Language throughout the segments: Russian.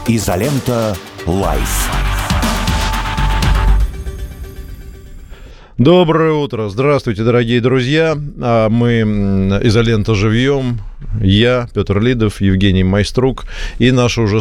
Изолента Лайф. Доброе утро. Здравствуйте, дорогие друзья. Мы «Изолента живьем». Я, Петр Лидов, Евгений Майструк и наши уже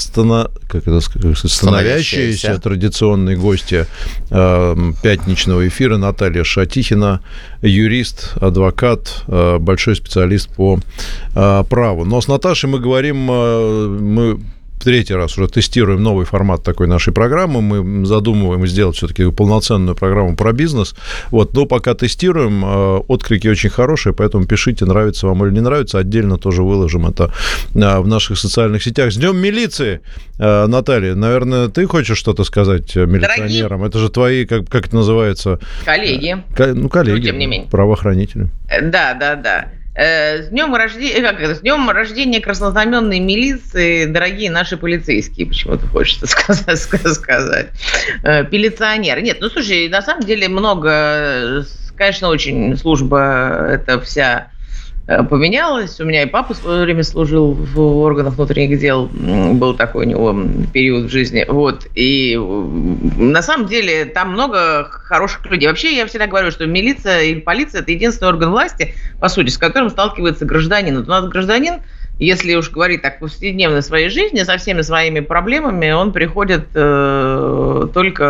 становящиеся традиционные гости пятничного эфира Наталья Шатихина, юрист, адвокат, большой специалист по праву. Но с Наташей мы говорим, мы в третий раз уже тестируем новый формат такой нашей программы. Мы задумываем сделать все-таки полноценную программу про бизнес. Вот, но пока тестируем, отклики очень хорошие, поэтому пишите, нравится вам или не нравится. Отдельно тоже выложим это в наших социальных сетях. С Днем милиции! Наталья, наверное, ты хочешь что-то сказать милиционерам? Дорогие... Это же твои, как это называется? Коллеги. Коллеги, тем не менее. Правоохранители. Да. С днем рождения краснознаменной милиции, дорогие наши полицейские, почему-то хочется сказать. Пилиционеры. Нет, ну слушай, на самом деле много, конечно, очень служба эта вся поменялась. У меня и папа в свое время служил в органах внутренних дел. Был такой у него период в жизни. Вот. И на самом деле там много хороших людей. Вообще я всегда говорю, что милиция и полиция – это единственный орган власти, по сути, с которым сталкивается гражданин. Вот у нас гражданин, если уж говорить так, в повседневной своей жизни, со всеми своими проблемами, он приходит только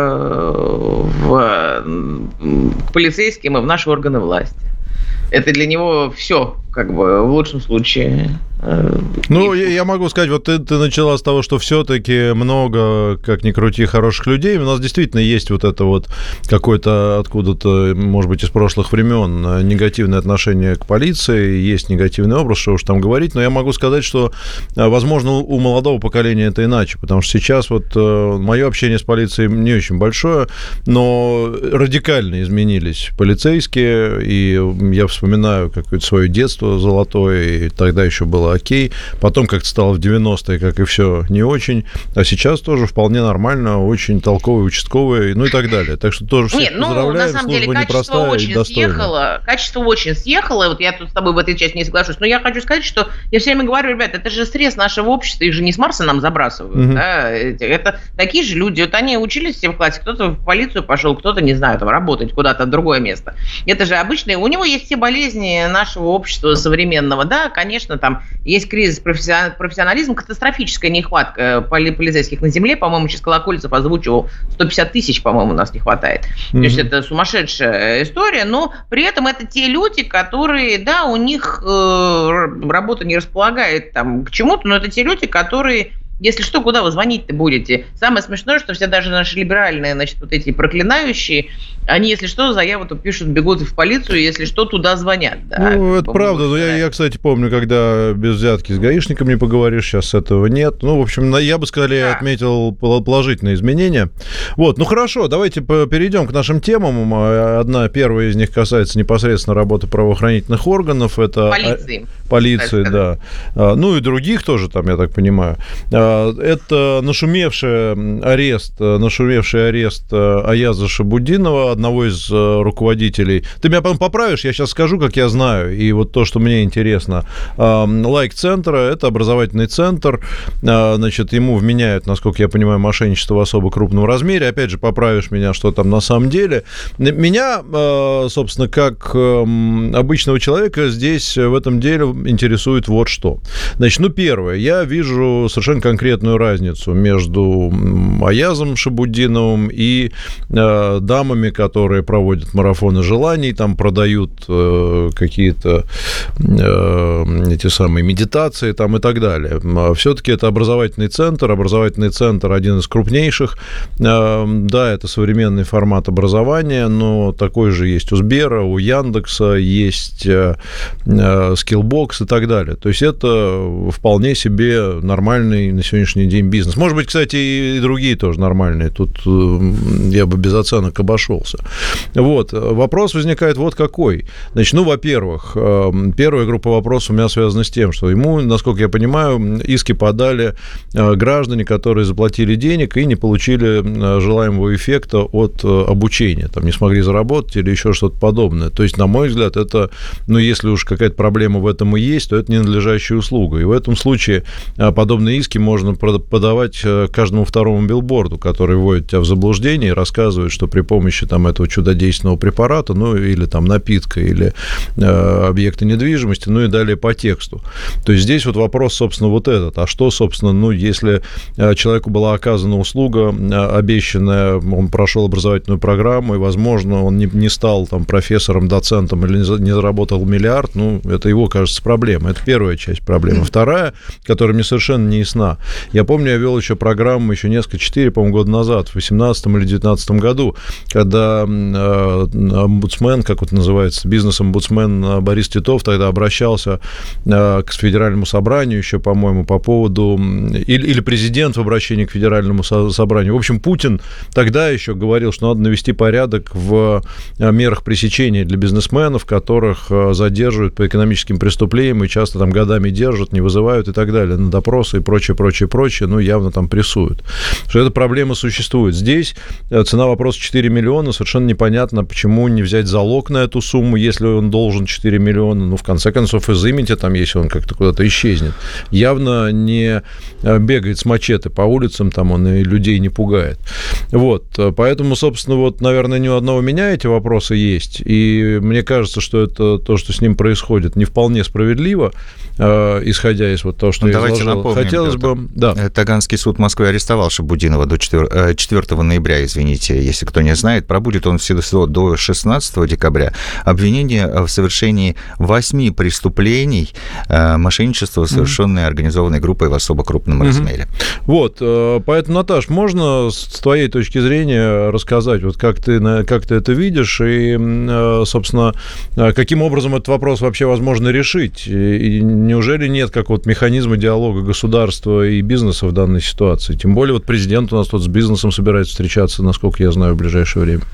к полицейским и в наши органы власти. Это для него все, как бы, в лучшем случае. Ну, я могу сказать, вот ты начала с того, что все-таки много, как ни крути, хороших людей. У нас действительно есть вот это вот какое-то откуда-то, может быть, из прошлых времен негативное отношение к полиции, есть негативный образ, что уж там говорить, но я могу сказать, что, возможно, у молодого поколения это иначе, потому что сейчас вот мое общение с полицией не очень большое, но радикально изменились полицейские, и я вспоминаю какое-то свое детство золотое, и тогда еще было окей, потом как-то стало в 90-е, как и все, не очень, а сейчас тоже вполне нормально, очень толковые участковые, ну и так далее. Так что тоже всех поздравляем, на самом деле, качество очень съехало, вот я тут с тобой в этой части не соглашусь, но я хочу сказать, что я все время говорю, ребята, это же срез нашего общества, их же не с Марса нам забрасывают, да? Это такие же люди, вот они учились все в классе, кто-то в полицию пошел, кто-то, не знаю, там работать куда-то в другое место. Это же обычные, у него есть все болезни нашего общества современного, да, конечно, там есть кризис профессионализма, катастрофическая нехватка полицейских на земле. По-моему, сейчас Колокольцев озвучивал 150 тысяч, по-моему, у нас не хватает. То есть это сумасшедшая история, но при этом это те люди, которые, да, у них работа не располагает там к чему-то, но это те люди, которые... Если что, куда вы звонить-то будете? Самое смешное, что все даже наши либеральные, значит, вот эти проклинающие, они, если что, заяву-то пишут, бегут в полицию, если что, туда звонят. Да, ну, это правда. Но я, кстати, помню, когда без взятки с гаишником не поговоришь, сейчас этого нет. Ну, в общем, я бы, скорее, отметил положительные изменения. Вот, ну, хорошо, давайте перейдем к нашим темам. Одна, первая из них касается непосредственно работы правоохранительных органов. Это полиции, да. Ну, и других тоже там, я так понимаю. Это нашумевший арест Аяза Шабудинова, одного из руководителей. Ты меня поправишь, я сейчас скажу, как я знаю, и вот то, что мне интересно. Лайк-центра, это образовательный центр, значит, ему вменяют, насколько я понимаю, мошенничество в особо крупном размере. Опять же, поправишь меня, что там на самом деле. Меня, собственно, как обычного человека здесь в этом деле интересует вот что. Значит, ну, первое, я вижу совершенно конкретную разницу между Аязом Шабудиновым и дамами, которые проводят марафоны желаний, там продают какие-то эти самые медитации там и так далее. Все-таки это образовательный центр один из крупнейших. Да, это современный формат образования, но такой же есть у Сбера, у Яндекса, есть Skillbox и так далее. То есть это вполне себе нормальный на сегодняшний день бизнес. Может быть, кстати, и другие тоже нормальные. Тут я бы без оценок обошелся. Вот. Вопрос возникает вот какой. Значит, ну, во-первых, первая группа вопросов у меня связана с тем, что ему, насколько я понимаю, иски подали граждане, которые заплатили денег и не получили желаемого эффекта от обучения. Там не смогли заработать или еще что-то подобное. То есть, на мой взгляд, это, ну, если уж какая-то проблема в этом суммы есть, то это ненадлежащая услуга. И в этом случае подобные иски можно подавать каждому второму билборду, который вводит тебя в заблуждение и рассказывает, что при помощи там этого чудодейственного препарата, ну, или там напитка, или объекта недвижимости, ну, и далее по тексту. То есть здесь вот вопрос, собственно, вот этот. А что, собственно, ну, если человеку была оказана услуга обещанная, он прошел образовательную программу, и, возможно, он не стал там профессором, доцентом или не заработал миллиард, ну, это его, кажется, проблема. Это первая часть проблемы. Вторая, которая мне совершенно не ясна. Я помню, я вел еще программу еще 4, по-моему, года назад, в 2018 или 2019 году, когда омбудсмен, как это называется, бизнес-омбудсмен Борис Титов тогда обращался к Федеральному собранию еще, по-моему, по поводу... Или президент в обращении к Федеральному собранию. В общем, Путин тогда еще говорил, что надо навести порядок в мерах пресечения для бизнесменов, которых задерживают по экономическим преступлениям и часто там годами держат, не вызывают и так далее, на допросы и прочее, ну, явно там прессуют. Что эта проблема существует. Здесь цена вопроса 4 миллиона, совершенно непонятно, почему не взять залог на эту сумму, если он должен 4 миллиона, ну, в конце концов, изымите там, если он как-то куда-то исчезнет. Явно не бегает с мачете по улицам, там он и людей не пугает. Вот, поэтому, собственно, вот, наверное, ни у одного меня эти вопросы есть, и мне кажется, что это то, что с ним происходит, не вполне справедливо, исходя из вот того, что я изложил. Напомним, хотелось бы... Да. Таганский суд Москвы арестовал Шабудинова до 4 ноября, если кто не знает. Пробудет он в СИЗО до 16 декабря. Обвинение в совершении 8 преступлений мошенничества, совершенные организованной группой в особо крупном размере. Вот, поэтому, Наташ, можно с твоей точки зрения рассказать, вот как ты это видишь, и, собственно, каким образом этот вопрос вообще возможно решить? И неужели нет какого-то механизма диалога государства и бизнеса в данной ситуации? Тем более вот президент у нас тут с бизнесом собирается встречаться, насколько я знаю, в ближайшее время.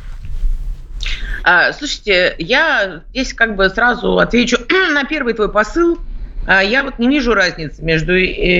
Слушайте, я здесь как бы сразу отвечу на первый твой посыл. Я вот не вижу разницы между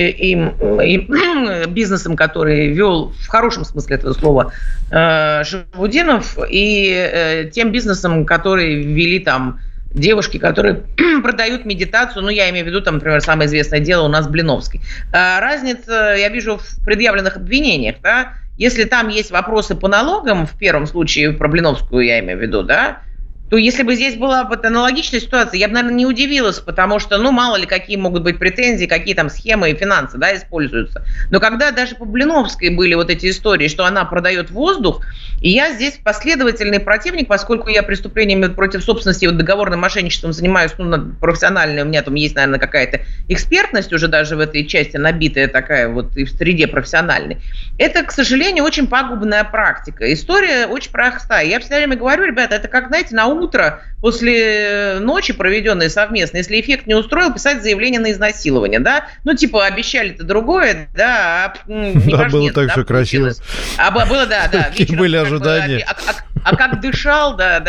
бизнесом, который вел в хорошем смысле этого слова Шабудинов, и тем бизнесом, который вели там девушки, которые продают медитацию, ну, я имею в виду, там, например, самое известное дело у нас Блиновской. Разница я вижу в предъявленных обвинениях, да, если там есть вопросы по налогам, в первом случае про Блиновскую я имею в виду, да, то если бы здесь была бы аналогичная ситуация, я бы, наверное, не удивилась, потому что, ну, мало ли, какие могут быть претензии, какие там схемы и финансы, да, используются. Но когда даже по Блиновской были вот эти истории, что она продает воздух, и я здесь последовательный противник, поскольку я преступлениями против собственности и вот договорным мошенничеством занимаюсь, ну, профессионально, у меня там есть, наверное, какая-то экспертность уже даже в этой части набитая такая вот и в среде профессиональной. Это, к сожалению, очень пагубная практика. История очень простая. Я все время говорю, ребята, это как, знаете, на утро после ночи, проведенной совместно, если эффект не устроил, писать заявление на изнасилование, да? Ну, типа, обещали-то другое, да, да, было так все красиво. Было, да. Какие были ожидания. Как дышал, да,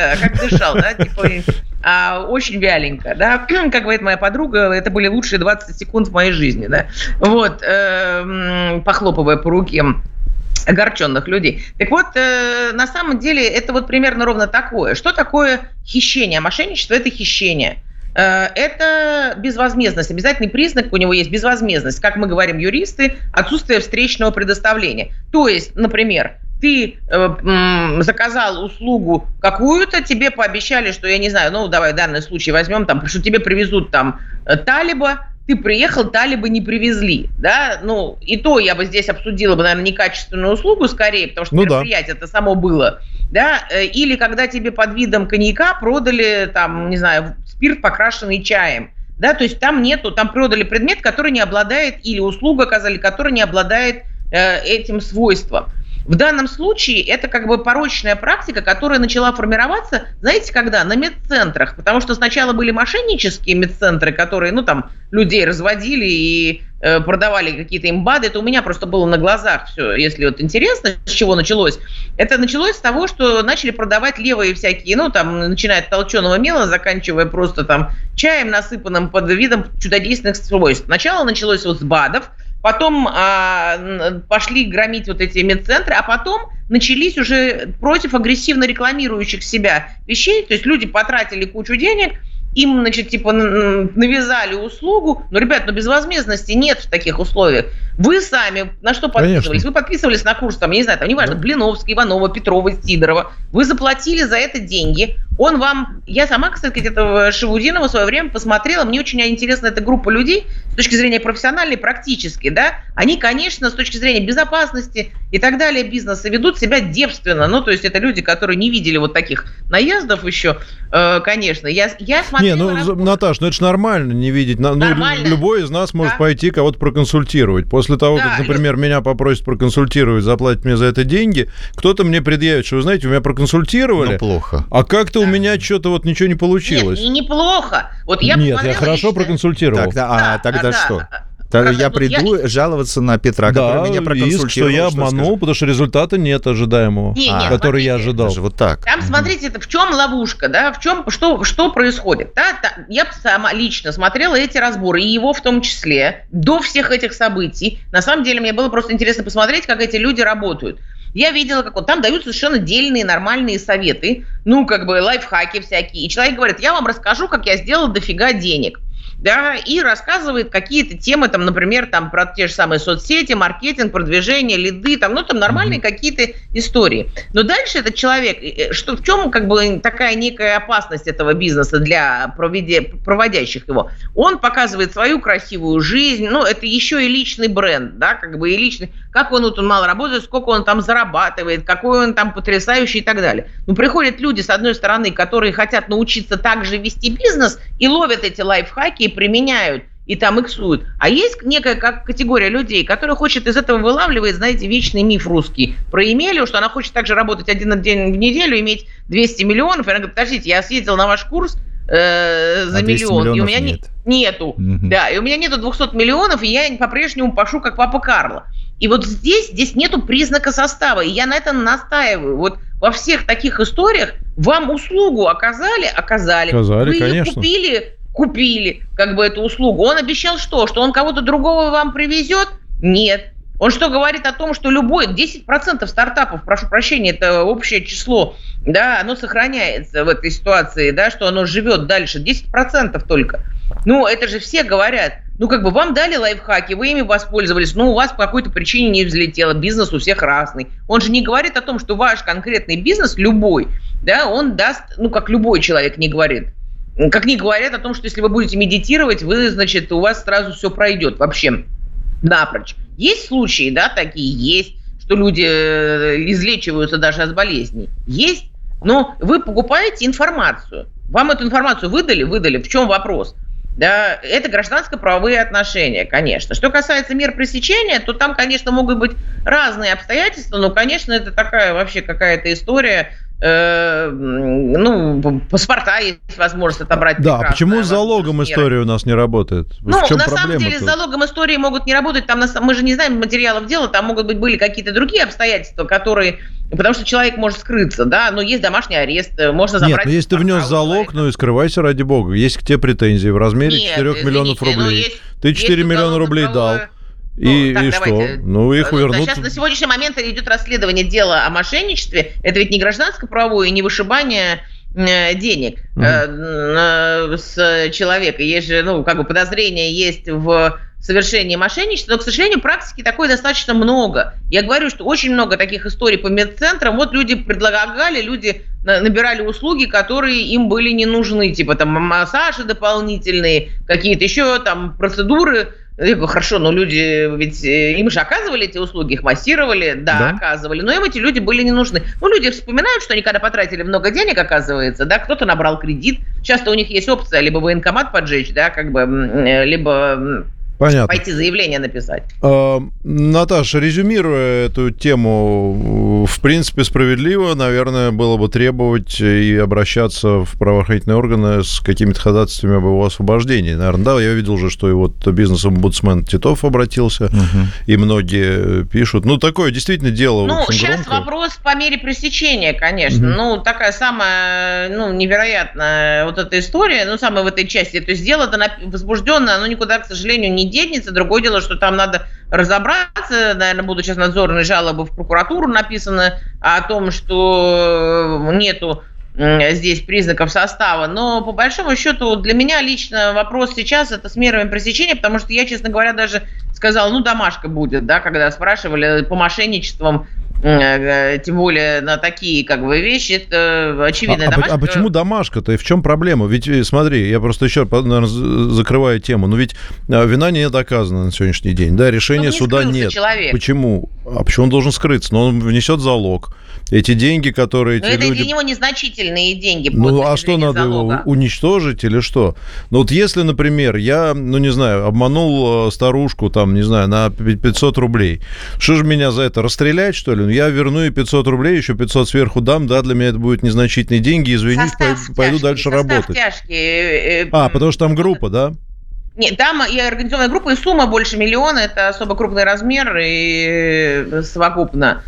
типа... очень вяленько, да, как говорит моя подруга, это были лучшие 20 секунд в моей жизни, да, вот, похлопывая по руке огорченных людей. Так вот, на самом деле, это вот примерно ровно такое. Что такое хищение? Мошенничество – это хищение. Это безвозмездность. Обязательный признак у него есть безвозмездность. Как мы говорим, юристы, отсутствие встречного предоставления. То есть, например, ты заказал услугу какую-то, тебе пообещали, что, я не знаю, ну, давай в данный случай возьмем, там, что тебе привезут там талиба, ты приехал, талибы не привезли, да, ну, и то я бы здесь обсудила бы, наверное, некачественную услугу скорее, потому что мероприятие это само было, да, или когда тебе под видом коньяка продали, там, не знаю, спирт, покрашенный чаем, да, то есть там нету, там продали предмет, который не обладает, или услугу оказали, который не обладает этим свойством. В данном случае это как бы порочная практика, которая начала формироваться, знаете, когда? На медцентрах. Потому что сначала были мошеннические медцентры, которые, ну, там, людей разводили и продавали какие-то им БАДы. Это у меня просто было на глазах все, если вот интересно, с чего началось. Это началось с того, что начали продавать левые всякие, ну, там, начиная от толченого мела, заканчивая просто там чаем, насыпанным под видом чудодейственных свойств. Сначала началось вот с БАДов, потом пошли громить вот эти медцентры, а потом начались уже против агрессивно рекламирующих себя вещей. То есть люди потратили кучу денег, им, значит, типа навязали услугу. Но, ребят, ну безвозмездности нет в таких условиях. Вы сами на что подписывались? Конечно. Вы подписывались на курс, там, я не знаю, там, неважно, Блиновская, Иванова, Петрова, Сидорова. Вы заплатили за это деньги. Он вам... Я сама, кстати, этого Шабудинова в свое время посмотрела. Мне очень интересна эта группа людей с точки зрения профессиональной, практически, да. Они, конечно, с точки зрения безопасности и так далее бизнеса ведут себя девственно. Ну, то есть это люди, которые не видели вот таких наездов еще, конечно. Я смотрела... Не, ну, Наташ, ну это же нормально не видеть. Нормально. Ну, любой из нас может пойти кого-то проконсультировать. После того, как, например, меня попросят проконсультировать, заплатить мне за это деньги, кто-то мне предъявит, что, вы знаете, вы меня проконсультировали. Ну, плохо. А как-то у меня что-то вот ничего не получилось. Нет, неплохо. Вот я хорошо проконсультировал. Тогда что? Я приду жаловаться на Петра, который меня проконсультировал. Что я обманул, потому что результата нет ожидаемого, который я ожидал. Даже вот так. Там, смотрите, в чем ловушка, да, что происходит. Да? Я сама лично смотрела эти разборы, и его в том числе, до всех этих событий. На самом деле, мне было просто интересно посмотреть, как эти люди работают. Я видела, как там дают совершенно дельные, нормальные советы, ну, как бы лайфхаки всякие. И человек говорит, я вам расскажу, как я сделал дофига денег. Да, и рассказывает какие-то темы, там, например, там, про те же самые соцсети, маркетинг, продвижение, лиды, там, ну, там нормальные какие-то истории. Но дальше этот человек, в чем как бы такая некая опасность этого бизнеса для проводящих его? Он показывает свою красивую жизнь, ну, это еще и личный бренд, да, как бы и личный, как он мало работает, сколько он там зарабатывает, какой он там потрясающий и так далее. Ну, приходят люди, с одной стороны, которые хотят научиться также вести бизнес и ловят эти лайфхаки и применяют, и там иксуют. А есть некая категория людей, которая хочет из этого вылавливать, знаете, вечный миф русский про Емелю, что она хочет также работать один день в неделю, иметь 200 миллионов. И она говорит, подождите, я съездила на ваш курс за миллион, и у меня нету. Да, и у меня нету 200 миллионов, и я по-прежнему пашу, как папа Карло. И вот здесь нету признака состава, и я на этом настаиваю. Вот во всех таких историях вам услугу оказали, вы ее купили как бы эту услугу. Он обещал что? Что он кого-то другого вам привезет? Нет. Он что говорит о том, что 10% стартапов, прошу прощения, это общее число, да, оно сохраняется в этой ситуации, да, что оно живет дальше, 10% только. Ну, это же все говорят. Ну, как бы вам дали лайфхаки, вы ими воспользовались, но у вас по какой-то причине не взлетело, бизнес у всех разный. Он же не говорит о том, что ваш конкретный бизнес, любой, да, он даст, ну, как любой человек не говорит. Как не говорят о том, что если вы будете медитировать, вы, значит, у вас сразу все пройдет вообще напрочь. Есть случаи, да, такие есть, что люди излечиваются даже от болезней. Есть, но вы покупаете информацию. Вам эту информацию выдали, в чем вопрос? Да, это гражданско-правовые отношения, конечно. Что касается мер пресечения, то там, конечно, могут быть разные обстоятельства, но, конечно, это такая вообще какая-то история. Паспорта есть возможность отобрать. Да, почему с залогом история у нас не работает? В чем на самом деле с залогом истории могут не работать. Там мы же не знаем материалов дела, там были какие-то другие обстоятельства, которые... Потому что человек может скрыться, да, но есть домашний арест, можно забрать... Нет, если ты внес залог, и скрывайся ради бога. Есть к тебе претензии в размере 4 миллионов рублей. Ты 4 миллиона рублей дал. И что? Ну, их вернут. Сейчас на сегодняшний момент идет расследование дела о мошенничестве. Это ведь не гражданско-правовое, не вышибание денег с человека. Есть же, подозрение есть в совершении мошенничества, но, к сожалению, практики такой достаточно много. Я говорю, что очень много таких историй по медцентрам. Вот люди предлагали, люди набирали услуги, которые им были не нужны, типа там массажи дополнительные, какие-то еще там процедуры. Я говорю, хорошо, но люди, ведь им же оказывали эти услуги, их массировали, да, оказывали, но им эти люди были не нужны. Люди вспоминают, что они когда потратили много денег, оказывается, да, кто-то набрал кредит, часто у них есть опция либо военкомат поджечь, да, либо... Понятно. Пойти заявление написать. Наташа, резюмируя эту тему, в принципе, справедливо, наверное, было бы требовать и обращаться в правоохранительные органы с какими-то ходатайствами об его освобождении. Наверное, да, я видел же, что и вот бизнес-омбудсмен Титов обратился, и многие пишут. Такое действительно дело очень сейчас громкое. Вопрос по мере пресечения, конечно. Такая самая, невероятная вот эта история, самая в этой части. То есть дело-то возбужденное, оно никуда, к сожалению, не денется. Другое дело, что там надо разобраться. Наверное, будут сейчас надзорные жалобы в прокуратуру написаны о том, что нету здесь признаков состава. Но по большому счету для меня лично вопрос сейчас это с мерами пресечения, потому что я, честно говоря, даже сказала, домашка будет, да, когда спрашивали по мошенничествам, тем более на такие вещи, это очевидная домашка. А почему домашка-то? И в чем проблема? Ведь, смотри, я просто еще, наверное, закрываю тему, но ведь вина не доказана на сегодняшний день, да, решения суда нет. Человек. Почему? А почему он должен скрыться? Но он внесет залог. Эти деньги, которые эти это люди... для него незначительные деньги. А что, надо залога? Его уничтожить или что? Вот если, например, я, обманул старушку, на 500 рублей, что же меня за это, расстрелять, что ли? Я верну ей 500 рублей, еще 500 сверху дам, да, для меня это будут незначительные деньги, извинись, пойду дальше работать. Тяжкий. Потому что там группа, да? Нет, там и организованная группа, и сумма больше миллиона, это особо крупный размер и совокупно.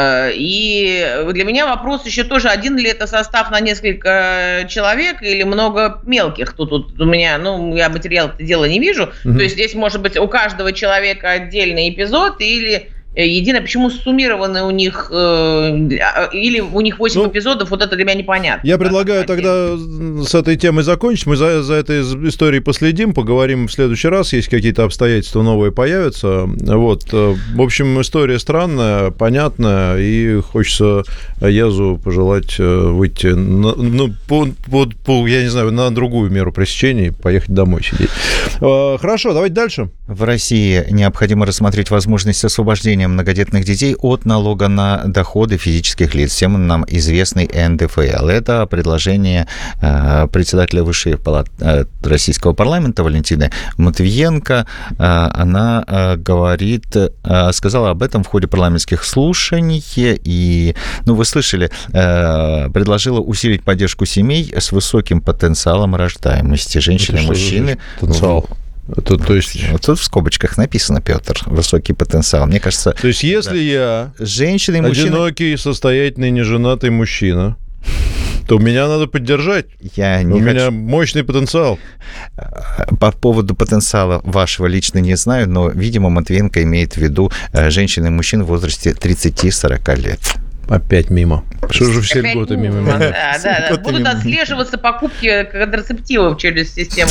И для меня вопрос еще тоже, один ли это состав на несколько человек или много мелких. Тут у меня, я материал-то дела не вижу, то есть здесь может быть у каждого человека отдельный эпизод или... Единое, почему суммированы у них, или у них 8 эпизодов, вот это для меня непонятно. Я предлагаю тогда с этой темой закончить, мы за этой историей последим, поговорим в следующий раз, если какие-то обстоятельства новые появятся. Вот. В общем, история странная, понятная, и хочется Аязу пожелать выйти я не знаю, на другую меру пресечения и поехать домой сидеть. Хорошо, давайте дальше. В России необходимо рассмотреть возможность освобождения многодетных детей от налога на доходы физических лиц. Всем нам известный НДФЛ. Это предложение председателя Высшей палаты Российского парламента Валентины Матвиенко. Она сказала об этом в ходе парламентских слушаний. И, вы слышали, предложила усилить поддержку семей с высоким потенциалом рождаемости. Женщины и мужчины... Потенциал. То есть... Тут в скобочках написано, Петр, высокий потенциал. Мне кажется... То есть, если я женщина и мужчина... одинокий, состоятельный, неженатый мужчина, то меня надо поддержать. У меня мощный потенциал. По поводу потенциала вашего лично не знаю, но, видимо, Матвиенко имеет в виду женщин и мужчин в возрасте 30-40 лет. Опять мимо. Что же все льготы мимо меня? Да. Будут отслеживаться покупки контрацептивов через систему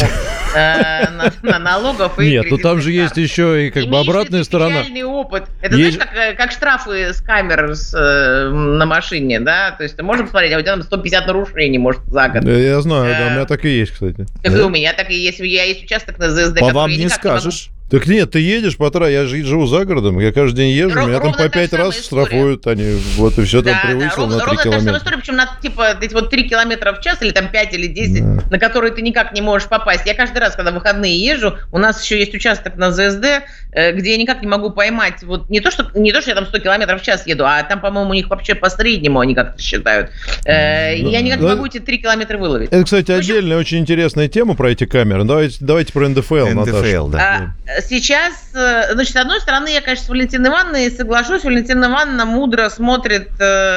налогов. Нет, то там же есть еще и обратная сторона. Печальный опыт. Это знаешь, как штрафы с камер на машине, да? То есть ты можешь посмотреть, а у тебя там 150 нарушений, может, за год. Я знаю, да, у меня так и есть, кстати. Так и у меня так и есть. Есть участок на ЗСД, по вам не скажешь. Так нет, ты едешь по трассе, я живу за городом, я каждый день езжу, меня там по 5 раз штрафуют, они вот и все там превысило на 3 километра. Ровно та же история, причем на эти 3 километра в час или там 5 или 10, на которые ты никак не можешь попасть. Я каждый раз, когда в выходные езжу, у нас еще есть участок на ЗСД, где я никак не могу поймать, вот не то, что я там 100 километров в час еду, а там, по-моему, у них вообще по среднему они как-то считают. Я никак не могу эти 3 километра выловить. Это, кстати, отдельная очень интересная тема про эти камеры. Давайте про НДФЛ, Наташа. Да. Сейчас, значит, с одной стороны, я, конечно, с Валентиной Ивановной соглашусь. Валентина Ивановна мудро смотрит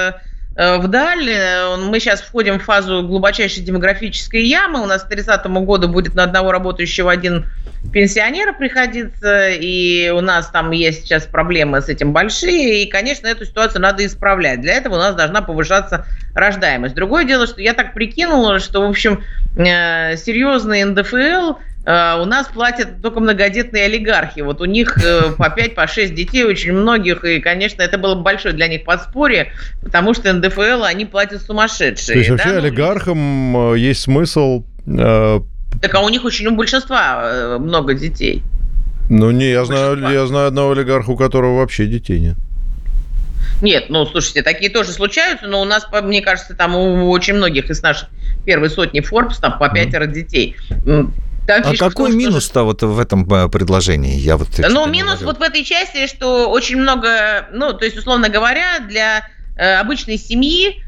вдаль. Мы сейчас входим в фазу глубочайшей демографической ямы. У нас к 30-му году будет на одного работающего один пенсионер приходиться, и у нас там есть сейчас проблемы с этим большие, и, конечно, эту ситуацию надо исправлять. Для этого у нас должна повышаться рождаемость. Другое дело, что я так прикинула, что, в общем, серьезный НДФЛ у нас платят только многодетные олигархи. Вот у них по 5, по 6 детей очень многих, и, конечно, это было бы большое для них подспорье, потому что НДФЛ они платят сумасшедшие. То есть вообще олигархам есть смысл... Так а у них у большинства много детей. Я знаю одного олигарха, у которого вообще детей нет. Нет, слушайте, такие тоже случаются, но у нас, мне кажется, там у очень многих из наших первой сотни Forbes там по 5 детей. А какой минус-то вот в этом предложении? Минус вот в этой части, что очень много, то есть, условно говоря, для обычной семьи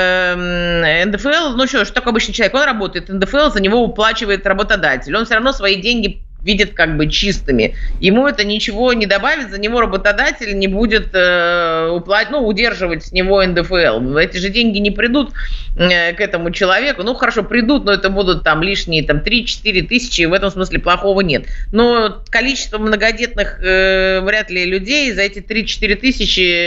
НДФЛ, что такое обычный человек, он работает, НДФЛ за него уплачивает работодатель, он все равно свои деньги видит чистыми. Ему это ничего не добавит, за него работодатель не будет удерживать с него НДФЛ. Эти же деньги не придут к этому человеку. Хорошо, придут, но это будут лишние 3-4 тысячи, и в этом смысле плохого нет. Но количество многодетных вряд ли людей за эти 3-4 тысячи,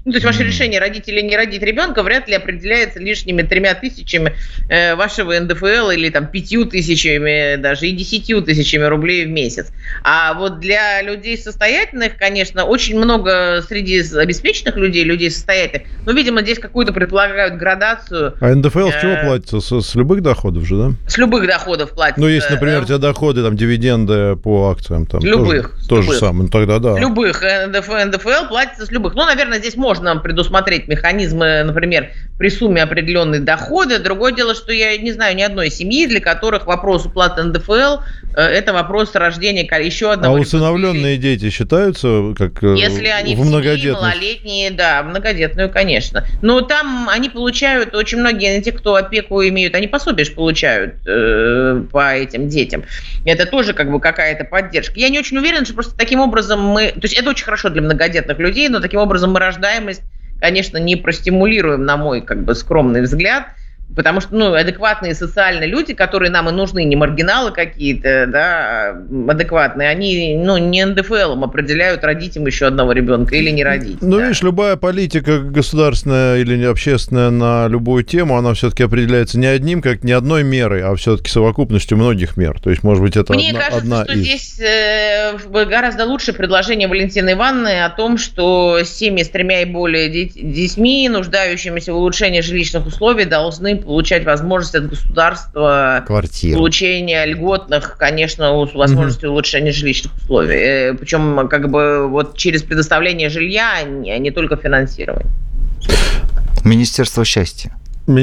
Ну, то есть ваше решение родить или не родить ребенка вряд ли определяется лишними 3000 вашего НДФЛ или там 5000 даже и 10 тысячами рублей в месяц. А вот для людей состоятельных, конечно, очень много среди обеспеченных людей состоятельных, но, видимо, здесь какую-то предполагают градацию. А НДФЛ с чего платится? С любых доходов же, да? С любых доходов платится. Ну, если, например, у тебя доходы, там, дивиденды по акциям. Там, любых. То же самое, ну, тогда да. Любых. НДФЛ платится с любых. Ну, наверное, здесь можно предусмотреть механизмы, например, при сумме определенной дохода. Другое дело, что я не знаю ни одной семьи, для которых вопрос уплаты НДФЛ – это вопрос рождения еще одного ребенка. А усыновленные дети считаются как если они в многодетных? Малолетние, да, многодетную, конечно. Но там они получают, очень многие, те, кто опеку имеют, они пособие же получают по этим детям. Это тоже как бы какая-то поддержка. Я не очень уверена, что просто таким образом мы... То есть это очень хорошо для многодетных людей, но таким образом мы рождаемость, конечно, не простимулируем, на мой как бы скромный взгляд, потому что, адекватные социальные люди, которые нам и нужны, не маргиналы какие-то, да, адекватные, они, не НДФЛом определяют, родить им еще одного ребенка или не родить. Видишь, любая политика государственная или общественная на любую тему, она все-таки определяется не одной мерой, а все-таки совокупностью многих мер. То есть, может быть, это Мне кажется, что здесь гораздо лучше предложение Валентины Ивановны о том, что семьи с 3 и более детьми, нуждающимися в улучшении жилищных условий, должны получать возможность от государства получения льготных, конечно, возможности улучшения жилищных условий. Причем как бы вот через предоставление жилья, а не только финансирование. Министерство счастья.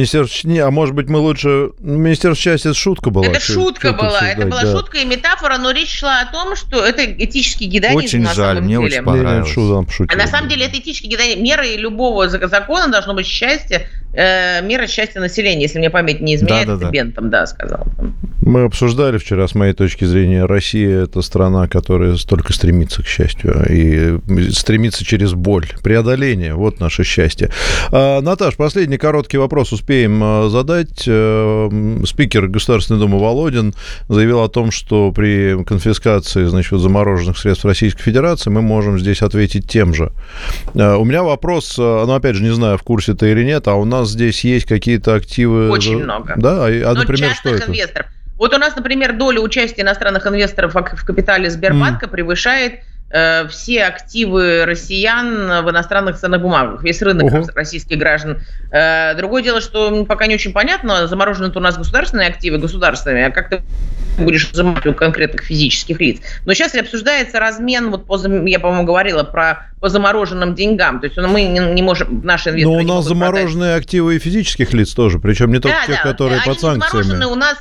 А может быть, мы лучше... Министерство счастья, это шутка была. Это шутка была. Это была шутка и метафора, но речь шла о том, что это этический гедонизм. Очень на жаль, самом мне деле. очень понравилось. А на самом деле это этический гедонизм. Мерой любого закона должно быть счастье, мера счастья населения. Если мне память не изменяет, это Бентам, сказал. Мы обсуждали вчера, с моей точки зрения, Россия – это страна, которая столько стремится к счастью и стремится через боль. Преодоление – вот наше счастье. Наташ, последний короткий вопрос успеем задать. Спикер Государственной Думы Володин заявил о том, что при конфискации, замороженных средств Российской Федерации мы можем здесь ответить тем же. У меня вопрос, опять же, не знаю, в курсе ты или нет, а у нас здесь есть какие-то активы? Очень много. Да? Например, что это? Инвесторов. Вот у нас, например, доля участия иностранных инвесторов в капитале Сбербанка превышает все активы россиян в иностранных ценных бумагах, весь рынок российских граждан. Другое дело, что пока не очень понятно, заморожены-то у нас государственные активы государственными, а как ты будешь изымать у конкретных физических лиц. Но сейчас обсуждается размен, я, по-моему, говорила по замороженным деньгам. То есть мы не можем, наши инвесторы. Но у нас замороженные активы и физических лиц тоже, причем не только тех, которые под санкциями.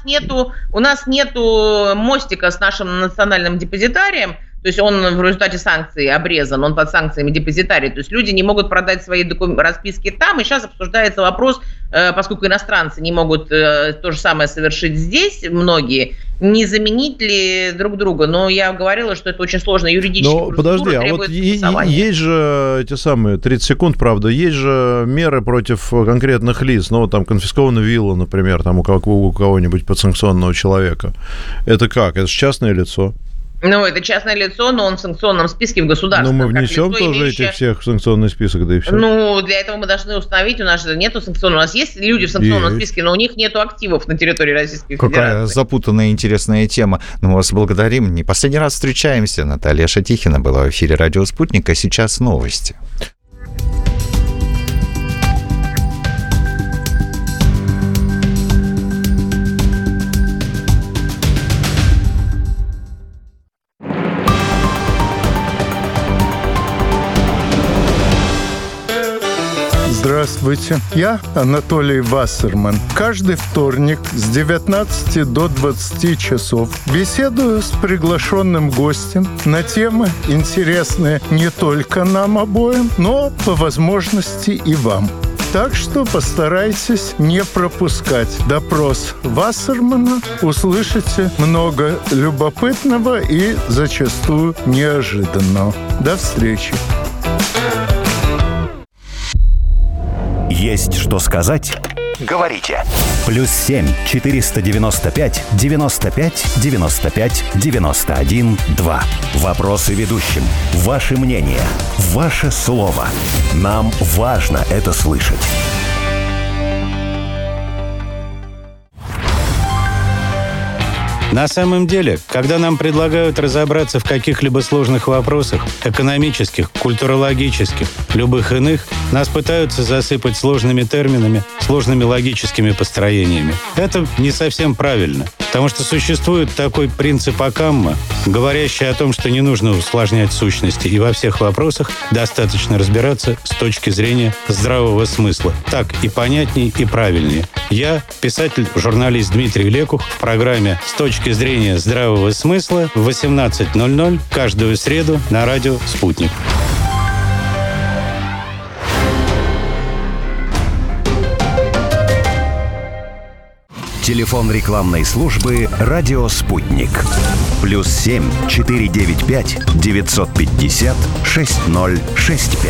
У нас нету мостика с нашим национальным депозитарием. То есть он в результате санкций обрезан, он под санкциями депозитарий. То есть люди не могут продать свои расписки там. И сейчас обсуждается вопрос, поскольку иностранцы не могут то же самое совершить здесь, многие, не заменить ли друг друга. Но я говорила, что это очень сложно юридически. Но подожди, а вот есть же эти самые 30 секунд, правда, есть же меры против конкретных лиц. Там конфискована вилла, например, там у кого-нибудь подсанкционного человека. Это как? Это же частное лицо. Это частное лицо, но он в санкционном списке в государстве. Но мы внесем тоже этих всех в санкционный список, да и все. Для этого мы должны установить, у нас же нету санкционного. У нас есть люди в санкционном списке, но у них нету активов на территории Российской Федерации. Какая запутанная, интересная тема. Мы вас благодарим. Не последний раз встречаемся. Наталья Шатихина была в эфире «Радио Спутник», а сейчас новости. Здравствуйте, я Анатолий Вассерман. Каждый вторник с 19 до 20 часов беседую с приглашенным гостем на темы, интересные не только нам обоим, но по возможности и вам. Так что постарайтесь не пропускать допрос Вассермана. Услышите много любопытного и зачастую неожиданного. До встречи. Есть что сказать? Говорите. +7 495 95 95 91 2. Вопросы ведущим. Ваше мнение. Ваше слово. Нам важно это слышать. На самом деле, когда нам предлагают разобраться в каких-либо сложных вопросах, экономических, культурологических, любых иных, нас пытаются засыпать сложными терминами, сложными логическими построениями. Это не совсем правильно, потому что существует такой принцип Оккамма, говорящий о том, что не нужно усложнять сущности, и во всех вопросах достаточно разбираться с точки зрения здравого смысла. Так и понятней, и правильнее. Я, писатель-журналист Дмитрий Лекух, в программе «С точки зрения здравого смысла» в 18:00 каждую среду на радио «Спутник». Телефон рекламной службы «Радио Спутник». +7 495 950 6065.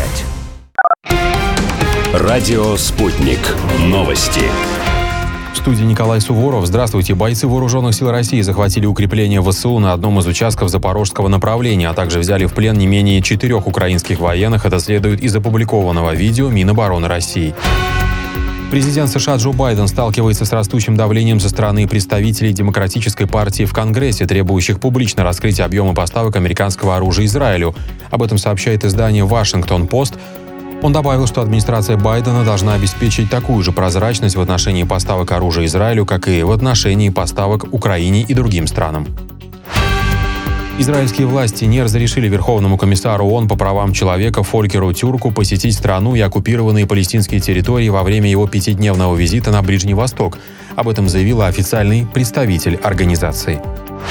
Радио Спутник. Новости. В студии Николай Суворов. Здравствуйте. Бойцы Вооруженных сил России захватили укрепление ВСУ на одном из участков запорожского направления, а также взяли в плен не менее 4 украинских военных. Это следует из опубликованного видео Минобороны России. Президент США Джо Байден сталкивается с растущим давлением со стороны представителей Демократической партии в Конгрессе, требующих публично раскрыть объемы поставок американского оружия Израилю. Об этом сообщает издание «Вашингтон-Пост». Он добавил, что администрация Байдена должна обеспечить такую же прозрачность в отношении поставок оружия Израилю, как и в отношении поставок Украине и другим странам. Израильские власти не разрешили Верховному комиссару ООН по правам человека Фолькеру Тюрку посетить страну и оккупированные палестинские территории во время его 5-дневного визита на Ближний Восток. Об этом заявила официальный представитель организации.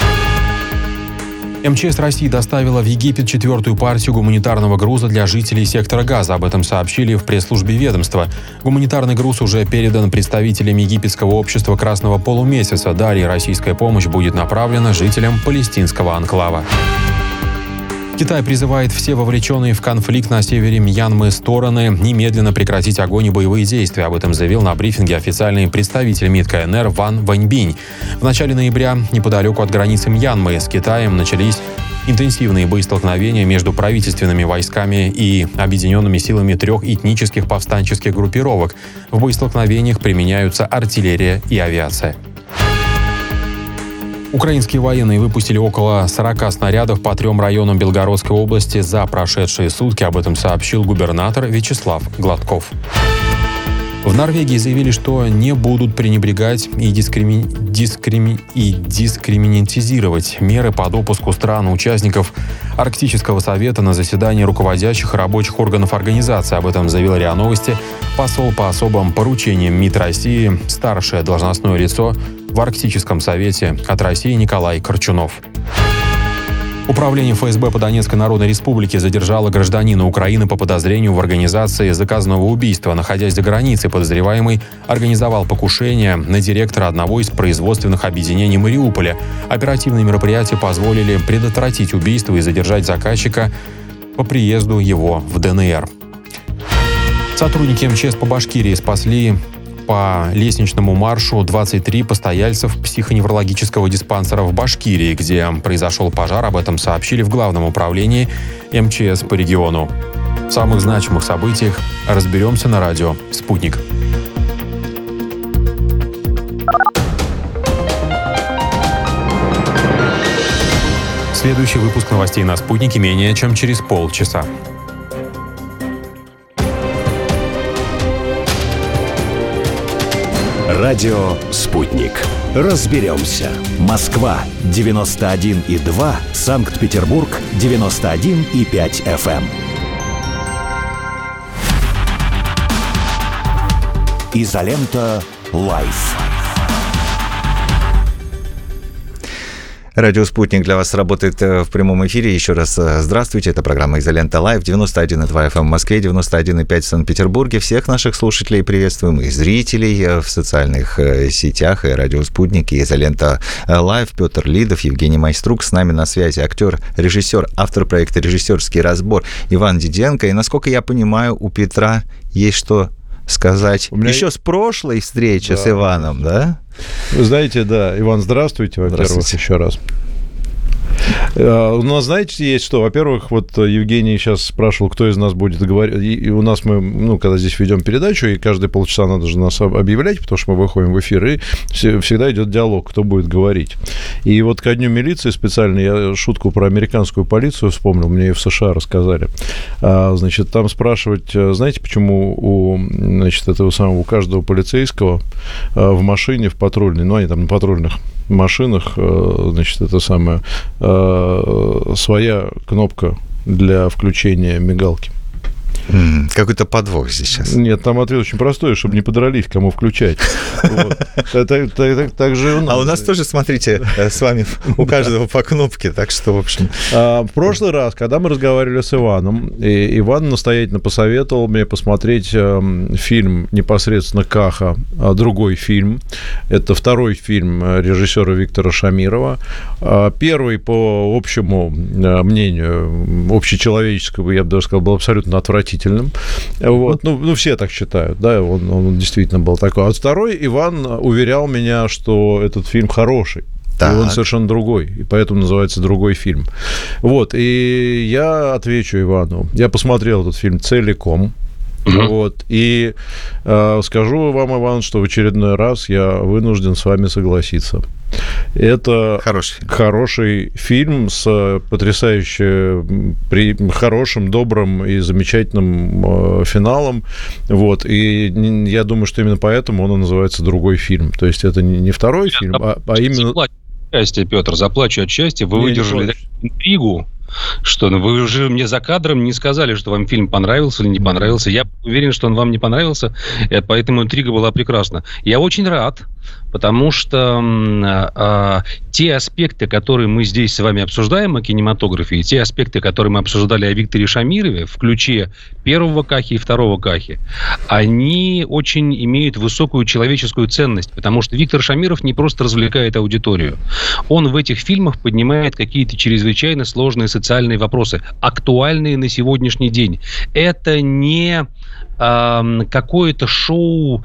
МЧС России доставила в Египет 4-ю партию гуманитарного груза для жителей сектора Газа. Об этом сообщили в пресс-службе ведомства. Гуманитарный груз уже передан представителям египетского общества Красного полумесяца. Далее российская помощь будет направлена жителям палестинского анклава. Китай призывает все вовлеченные в конфликт на севере Мьянмы стороны немедленно прекратить огонь и боевые действия. Об этом заявил на брифинге официальный представитель МИД КНР Ван Вэньбинь. В начале ноября неподалеку от границы Мьянмы с Китаем начались интенсивные боестолкновения между правительственными войсками и объединенными силами 3 этнических повстанческих группировок. В боестолкновениях применяются артиллерия и авиация. Украинские военные выпустили около 40 снарядов по 3 районам Белгородской области за прошедшие сутки. Об этом сообщил губернатор Вячеслав Гладков. В Норвегии заявили, что не будут пренебрегать и дискриминатизировать меры по допуску стран-участников Арктического совета на заседание руководящих и рабочих органов организации. Об этом заявил РИА Новости посол по особым поручениям МИД России, старшее должностное лицо в Арктическом совете от России Николай Корчунов. Управление ФСБ по Донецкой Народной Республике задержало гражданина Украины по подозрению в организации заказанного убийства. Находясь за границей, подозреваемый организовал покушение на директора одного из производственных объединений Мариуполя. Оперативные мероприятия позволили предотвратить убийство и задержать заказчика по приезду его в ДНР. Сотрудники МЧС по Башкирии спасли по лестничному маршу 23 постояльцев психоневрологического диспансера в Башкирии, где произошел пожар. Об этом сообщили в Главном управлении МЧС по региону. В самых значимых событиях разберемся на радио «Спутник». Следующий выпуск новостей на «Спутнике» менее чем через полчаса. Радио «Спутник». Разберемся. Москва 91,2, Санкт-Петербург 91,5 FM. Изолента Лайф. Радио «Спутник» для вас работает в прямом эфире. Еще раз здравствуйте. Это программа «Изолента Лайв». 91,2 FM в Москве, 91,5 в Санкт-Петербурге. Всех наших слушателей приветствуем и зрителей в социальных сетях, и радио «Спутник», и «Изолента Лайв». Петр Лидов, Евгений Майструк с нами на связи. Актер, режиссер, автор проекта «Режиссерский разбор» Иван Диденко. И, насколько я понимаю, у Петра есть что сказать, еще с прошлой встречи с Иваном, да? Вы знаете, да. Иван, здравствуйте, во-первых, еще раз. У нас, знаете, есть что? Во-первых, вот Евгений сейчас спрашивал, кто из нас будет говорить. И у нас мы, когда здесь ведем передачу, и каждые полчаса надо же нас объявлять, потому что мы выходим в эфир, и всегда идет диалог, кто будет говорить. И вот ко Дню милиции специально я шутку про американскую полицию вспомнил, мне и в США рассказали. Значит, там спрашивать, знаете, почему у каждого полицейского в машине, в патрульной, они там на патрульных машинах, значит, своя кнопка для включения мигалки. Какой-то подвох здесь сейчас. Нет, там ответ очень простой, чтобы не подрались, кому включать. Так же у нас. А у нас тоже, смотрите, с вами у каждого по кнопке, так что, в общем... В прошлый раз, когда мы разговаривали с Иваном, Иван настоятельно посоветовал мне посмотреть фильм непосредственно Каха, другой фильм. Это второй фильм режиссера Виктора Шамирова. Первый, по общему мнению, общечеловеческому, я бы даже сказал, был абсолютно отвратительным. Вот. Все так считают, да, он действительно был такой. А второй, Иван уверял меня, что этот фильм хороший. Так. И он совершенно другой, и поэтому называется «Другой фильм». Вот, и я отвечу Ивану. Я посмотрел этот фильм целиком. Вот, и скажу вам, Иван, что в очередной раз я вынужден с вами согласиться. Это хороший фильм с потрясающе хорошим, добрым и замечательным финалом. Вот, и я думаю, что именно поэтому он и называется «Другой фильм». То есть это не второй фильм, а именно... Петр, заплачу от счастья. Вы выдержали интригу, что вы уже мне за кадром не сказали, что вам фильм понравился или не понравился. Я уверен, что он вам не понравился, и поэтому интрига была прекрасна. Я очень рад, потому что те аспекты, которые мы здесь с вами обсуждаем о кинематографе, и те аспекты, которые мы обсуждали о Викторе Шамирове, в ключе первого Кахи и второго Кахи, они очень имеют высокую человеческую ценность, потому что Виктор Шамиров не просто развлекает аудиторию. Он в этих фильмах поднимает какие-то чрезвычайно сложные социальные вопросы, актуальные на сегодняшний день. Это не какое-то шоу,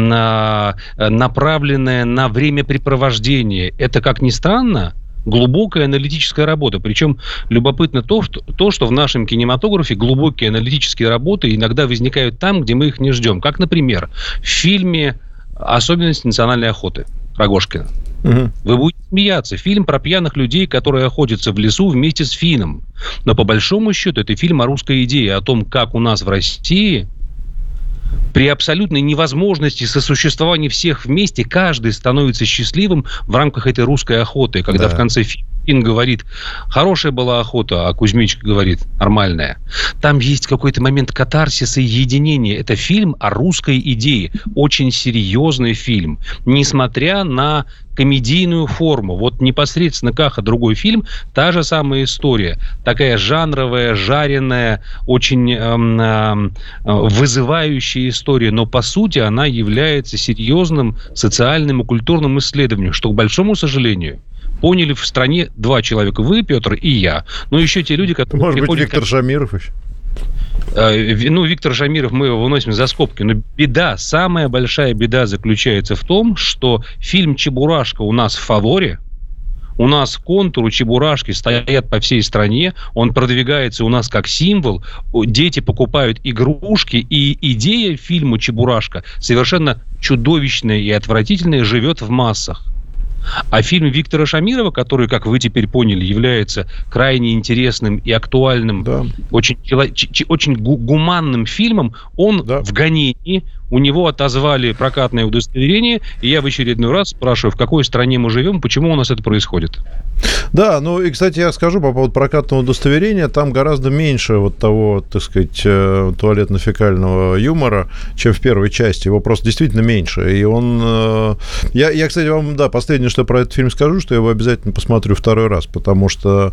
направленное на времяпрепровождение. Это, как ни странно, глубокая аналитическая работа. Причем любопытно то, что в нашем кинематографе глубокие аналитические работы иногда возникают там, где мы их не ждем. Как, например, в фильме «Особенности национальной охоты» Рогожкина. Вы будете смеяться. Фильм про пьяных людей, которые охотятся в лесу вместе с Финном. Но по большому счету это фильм о русской идее, о том, как у нас в России при абсолютной невозможности сосуществования всех вместе каждый становится счастливым в рамках этой русской охоты. Когда в конце Фин говорит, хорошая была охота, а Кузьмич говорит, нормальная. Там есть какой-то момент катарсиса и единения. Это фильм о русской идее. Очень серьезный фильм. Несмотря на комедийную форму. Вот непосредственно Каха, другой фильм, та же самая история. Такая жанровая, жареная, очень вызывающая история. Но, по сути, она является серьезным социальным и культурным исследованием, что, к большому сожалению, поняли в стране два человека. Вы, Петр, и я. Но еще те люди, которые... Может быть, Виктор Шамиров еще? Виктор Шамиров, мы его выносим за скобки. Но самая большая беда заключается в том, что фильм «Чебурашка» у нас в фаворе. У нас контуры Чебурашки стоят по всей стране. Он продвигается у нас как символ. Дети покупают игрушки. И идея фильма «Чебурашка» совершенно чудовищная и отвратительная живет в массах. А фильм Виктора Шамирова, который, как вы теперь поняли, является крайне интересным и актуальным, очень гуманным фильмом, он в гонении. У него отозвали прокатное удостоверение, и я в очередной раз спрашиваю, в какой стране мы живем, почему у нас это происходит? Да, и, кстати, я скажу по поводу прокатного удостоверения, там гораздо меньше вот того, так сказать, туалетно-фекального юмора, чем в первой части, его просто действительно меньше, и он... Я, кстати, вам, последнюю сегодня, что я про этот фильм скажу, что я его обязательно посмотрю второй раз, потому что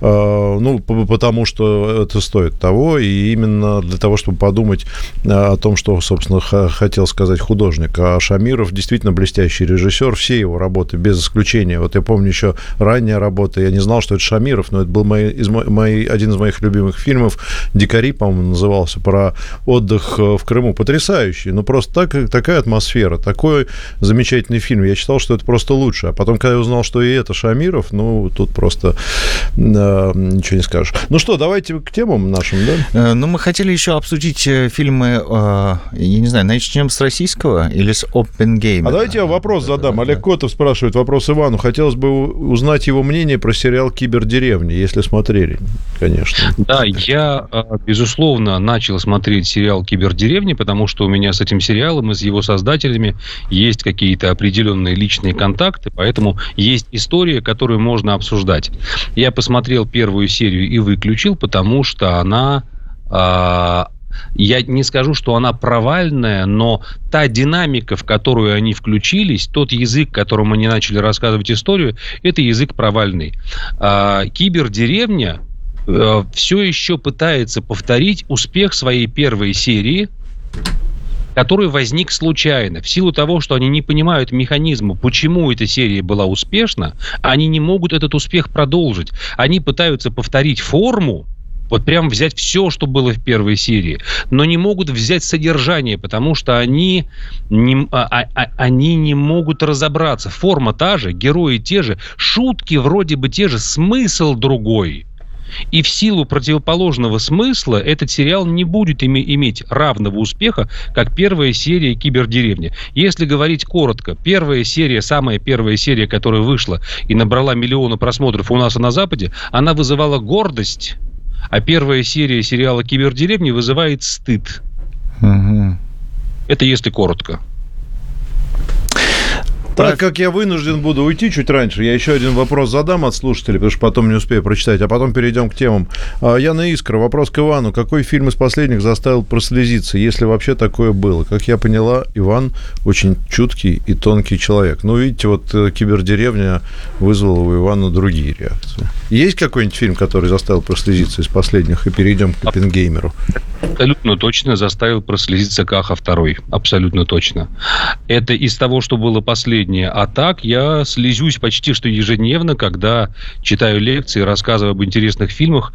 это стоит того, и именно для того, чтобы подумать о том, что, собственно, хотел сказать художник. А Шамиров действительно блестящий режиссер, все его работы, без исключения. Вот я помню еще ранняя работа, я не знал, что это Шамиров, но это был один из моих любимых фильмов «Дикари», по-моему, назывался, про отдых в Крыму. Потрясающий, ну просто такая атмосфера, такой замечательный фильм. Я считал, что это просто лучше. А потом, когда я узнал, что и это Шамиров, ну, тут просто ничего не скажешь. Ну что, давайте к темам нашим, да? Ну, мы хотели еще обсудить фильмы, я не знаю, начнем с российского или с Оппенгеймера? А давайте я вопрос задам. Олег Котов спрашивает вопрос Ивану. Хотелось бы узнать его мнение про сериал «Кибердеревня», если смотрели, конечно. Да, я, безусловно, начал смотреть сериал «Кибердеревня», потому что у меня с этим сериалом и с его создателями есть какие-то определенные личные контакты, поэтому есть история, которую можно обсуждать. Я посмотрел первую серию и выключил, потому что она... Я не скажу, что она провальная, но та динамика, в которую они включились, тот язык, которым они начали рассказывать историю, это язык провальный. «Кибердеревня» все еще пытается повторить успех своей первой серии, который возник случайно. В силу того, что они не понимают механизма, почему эта серия была успешна, они не могут этот успех продолжить. Они пытаются повторить форму, вот прям взять все, что было в первой серии, но не могут взять содержание, потому что они не могут разобраться. Форма та же, герои те же, шутки вроде бы те же, смысл другой. И в силу противоположного смысла этот сериал не будет иметь равного успеха, как первая серия «Кибердеревни». Если говорить коротко, самая первая серия, которая вышла и набрала миллионы просмотров у нас и на Западе, она вызывала гордость, а первая серия сериала «Кибердеревни» вызывает стыд. Угу. Это если коротко. Так как я вынужден буду уйти чуть раньше, я еще один вопрос задам от слушателей, потому что потом не успею прочитать, а потом перейдем к темам. Яна Искра, вопрос к Ивану. Какой фильм из последних заставил прослезиться, если вообще такое было? Как я поняла, Иван очень чуткий и тонкий человек. Ну, видите, вот «Кибердеревня» вызвала у Ивана другие реакции. Есть какой-нибудь фильм, который заставил прослезиться из последних? И перейдем к «Оппенгеймеру». Абсолютно точно заставил прослезиться «Каха 2». Абсолютно точно. Это из того, что было последнее. А так я слезюсь почти что ежедневно, когда читаю лекции, рассказываю об интересных фильмах.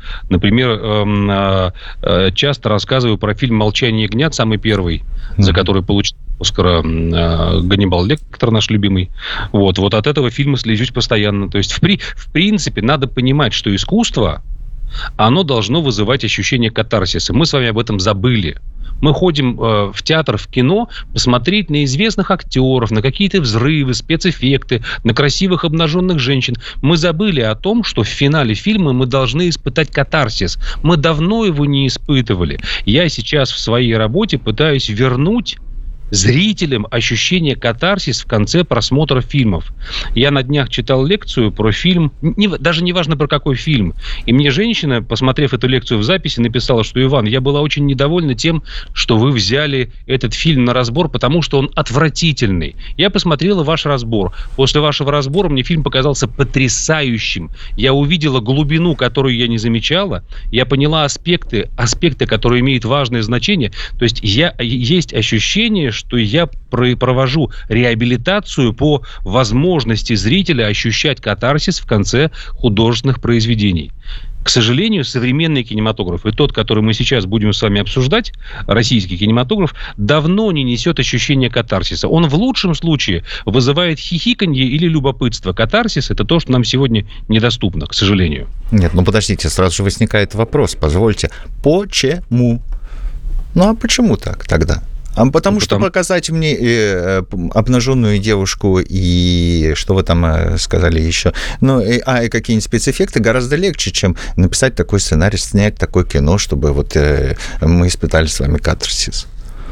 Например, часто рассказываю про фильм «Молчание ягнят», самый первый, за который получил Оскара Ганнибал Лектор, наш любимый. Вот от этого фильма слезюсь постоянно. То есть, в принципе, надо понимать, что искусство, оно должно вызывать ощущение катарсиса. Мы с вами об этом забыли. Мы ходим в театр, в кино посмотреть на известных актеров, на какие-то взрывы, спецэффекты, на красивых обнаженных женщин. Мы забыли о том, что в финале фильма мы должны испытать катарсис. Мы давно его не испытывали. Я сейчас в своей работе пытаюсь вернуть зрителям ощущение катарсис в конце просмотра фильмов. Я на днях читал лекцию про фильм, даже не важно про какой фильм. И мне женщина, посмотрев эту лекцию в записи, написала, что: Иван, я была очень недовольна тем, что вы взяли этот фильм на разбор, потому что он отвратительный. Я посмотрела ваш разбор. После вашего разбора мне фильм показался потрясающим. Я увидела глубину, которую я не замечала. Я поняла аспекты, которые имеют важное значение. То есть есть ощущение, что я провожу реабилитацию по возможности зрителя ощущать катарсис в конце художественных произведений. К сожалению, современный кинематограф, и тот, который мы сейчас будем с вами обсуждать, российский кинематограф, давно не несет ощущения катарсиса. Он в лучшем случае вызывает хихиканье или любопытство. Катарсис – это то, что нам сегодня недоступно, к сожалению. Нет, подождите, сразу же возникает вопрос, позвольте, почему? А почему так тогда? Потому что показать мне обнаженную девушку и что вы там сказали еще, и какие-нибудь спецэффекты гораздо легче, чем написать такой сценарий, снять такое кино, чтобы мы испытали с вами катарсис.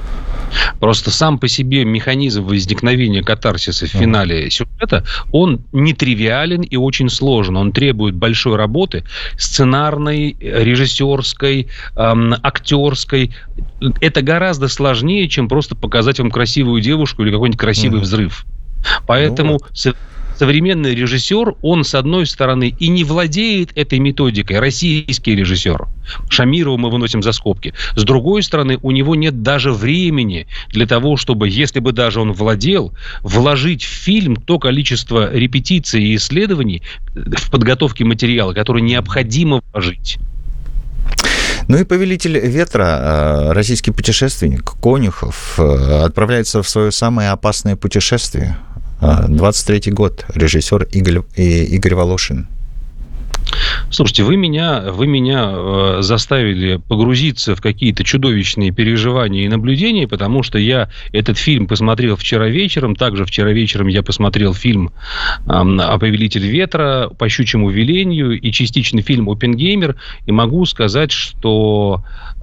Просто сам по себе механизм возникновения катарсиса в финале сюжета, он нетривиален и очень сложен. Он требует большой работы, сценарной, режиссерской, актерской. Это гораздо сложнее, чем просто показать вам красивую девушку или какой-нибудь красивый взрыв. Поэтому современный режиссер, он, с одной стороны, и не владеет этой методикой, российский режиссер. Шамирова мы выносим за скобки. С другой стороны, у него нет даже времени для того, чтобы, если бы даже он владел, вложить в фильм то количество репетиций и исследований в подготовке материала, который необходимо вложить. Ну и «Повелитель ветра», российский путешественник Конюхов, отправляется в свое самое опасное путешествие. 23-й год, режиссер Игорь Волошин. Слушайте, вы меня заставили погрузиться в какие-то чудовищные переживания и наблюдения, потому что я этот фильм посмотрел вчера вечером. Также вчера вечером я посмотрел фильм о «Повелителе ветра» по щучьему велению и частично фильм «Оппенгеймер». И могу сказать, что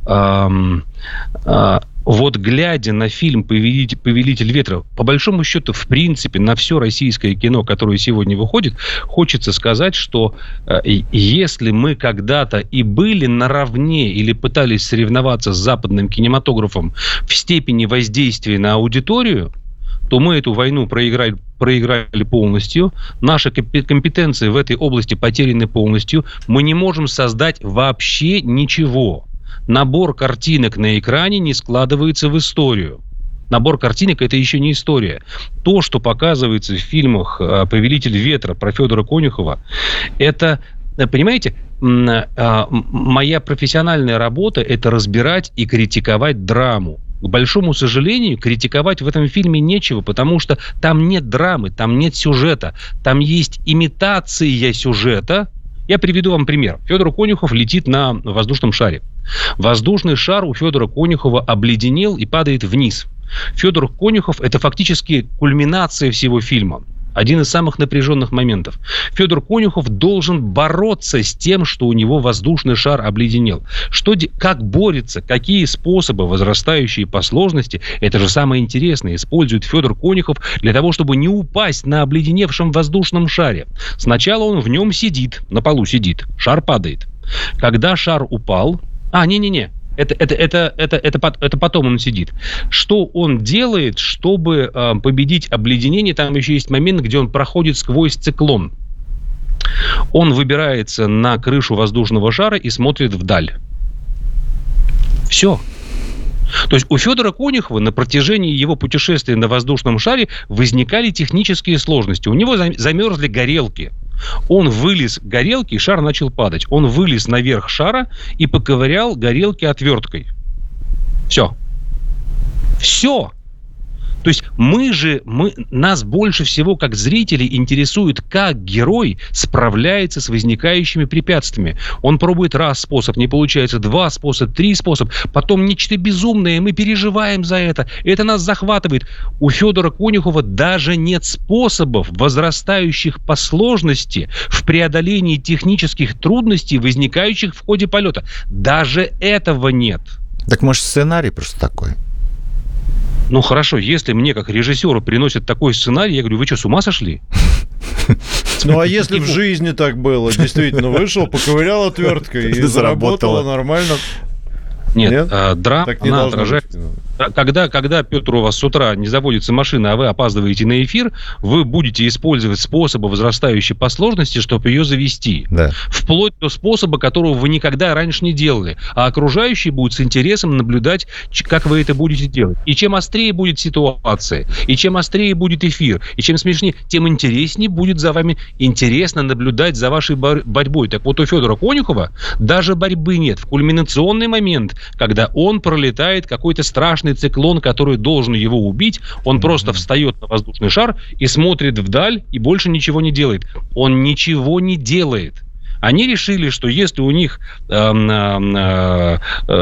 вот глядя на фильм «Повелитель ветра», по большому счету, в принципе, на все российское кино, которое сегодня выходит, хочется сказать, что если мы когда-то и были наравне или пытались соревноваться с западным кинематографом в степени воздействия на аудиторию, то мы эту войну проиграли полностью. Наши компетенции в этой области потеряны полностью. Мы не можем создать вообще ничего. Набор картинок на экране не складывается в историю. Набор картинок – это еще не история. То, что показывается в фильмах «Повелитель ветра» про Федора Конюхова, это, понимаете, моя профессиональная работа – это разбирать и критиковать драму. К большому сожалению, критиковать в этом фильме нечего, потому что там нет драмы, там нет сюжета, там есть имитация сюжета. Я приведу вам пример. Федор Конюхов летит на воздушном шаре. Воздушный шар у Федора Конюхова обледенел и падает вниз. Федор Конюхов – это фактически кульминация всего фильма. Один из самых напряженных моментов. Федор Конюхов должен бороться с тем, что у него воздушный шар обледенел. Как борется, какие способы, возрастающие по сложности, это же самое интересное, использует Федор Конюхов для того, чтобы не упасть на обледеневшем воздушном шаре. Сначала он в нем сидит, на полу сидит, шар падает. Когда шар упал... Это потом он сидит. Что он делает, чтобы победить обледенение? Там еще есть момент, где он проходит сквозь циклон. Он выбирается на крышу воздушного шара и смотрит вдаль. Все. То есть у Федора Конюхова на протяжении его путешествия на воздушном шаре возникали технические сложности. У него замерзли горелки. Он вылез к горелке, и шар начал падать. Он вылез наверх шара и поковырял горелки отверткой. Все. Все. То есть нас больше всего, как зрителей, интересует, как герой справляется с возникающими препятствиями. Он пробует раз способ, не получается, 2 способа, 3 способа, потом нечто безумное, мы переживаем за это. Это нас захватывает. У Федора Конюхова даже нет способов, возрастающих по сложности, в преодолении технических трудностей, возникающих в ходе полета. Даже этого нет. Так может, сценарий просто такой? Ну, хорошо, если мне, как режиссеру, приносят такой сценарий, я говорю, вы что, с ума сошли? Ну, а если в жизни так было? Действительно, вышел, поковырял отверткой и заработало нормально. Нет? Драма, она отражает... Когда, Петр, у вас с утра не заводится машина, а вы опаздываете на эфир, вы будете использовать способы, возрастающие по сложности, чтобы ее завести. Да. Вплоть до способа, которого вы никогда раньше не делали. А окружающие будут с интересом наблюдать, как вы это будете делать. И чем острее будет ситуация, и чем острее будет эфир, и чем смешнее, тем интереснее будет за вами, интересно наблюдать за вашей борьбой. Так вот, у Федора Конюхова даже борьбы нет. В кульминационный момент, когда он пролетает какой-то страшный циклон, который должен его убить, он просто встает на воздушный шар и смотрит вдаль, и больше ничего не делает. Он ничего не делает. Они решили, что если у них Федора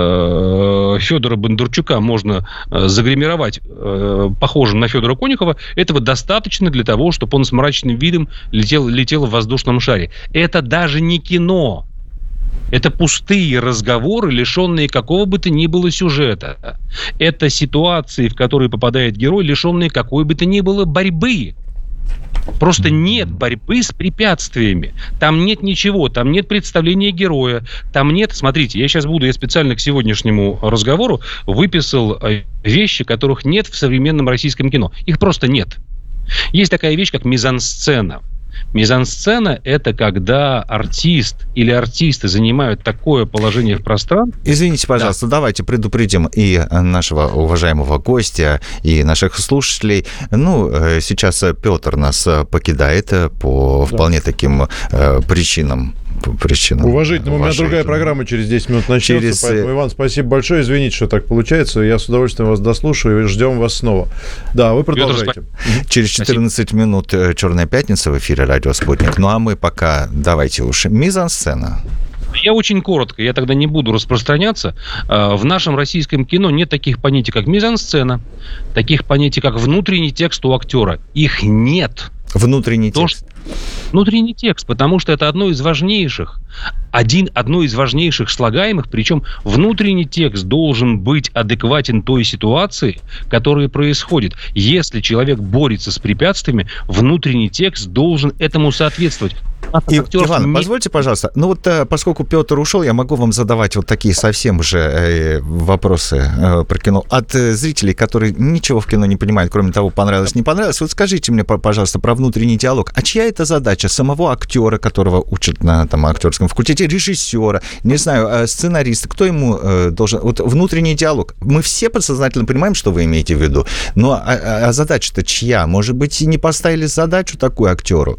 Бондарчука можно загримировать похожим на Федора Конюхова, этого достаточно для того, чтобы он с мрачным видом летел в воздушном шаре. Это даже не кино. Это пустые разговоры, лишенные какого бы то ни было сюжета. Это ситуации, в которые попадает герой, лишенные какой бы то ни было борьбы. Просто нет борьбы с препятствиями. Там нет ничего, там нет представления героя, там нет... Смотрите, я специально к сегодняшнему разговору выписал вещи, которых нет в современном российском кино. Их просто нет. Есть такая вещь, как мизансцена. Мизансцена – это когда артист или артисты занимают такое положение в пространстве. Извините, пожалуйста, давайте предупредим и нашего уважаемого гостя, и наших слушателей. Сейчас Петр нас покидает по вполне таким причинам. Уважительно, у меня другая программа через 10 минут начнется, поэтому, Иван, спасибо большое, извините, что так получается, я с удовольствием вас дослушаю и ждем вас снова. Да, вы продолжайте. Через 14 минут «Черная пятница» в эфире «Радио Спутник», а мы пока, давайте уж, мизансцена. Я очень коротко, я тогда не буду распространяться. В нашем российском кино нет таких понятий, как мизансцена, таких понятий, как внутренний текст у актера. Их нет. Внутренний текст. Внутренний текст, потому что это одно из важнейших слагаемых, причем внутренний текст должен быть адекватен той ситуации, которая происходит. Если человек борется с препятствиями, внутренний текст должен этому соответствовать. Иван, позвольте, пожалуйста, поскольку Петр ушел, я могу вам задавать вот такие совсем уже вопросы про кино от зрителей, которые ничего в кино не понимают, кроме того, понравилось, не понравилось. Вот скажите мне, пожалуйста, про внутренний диалог. А чья это задача? Самого актера, которого учат на актерском факультете, режиссера, не знаю, сценариста? Кто ему должен... Вот внутренний диалог. Мы все подсознательно понимаем, что вы имеете в виду, но задача-то чья? Может быть, и не поставили задачу такую актеру?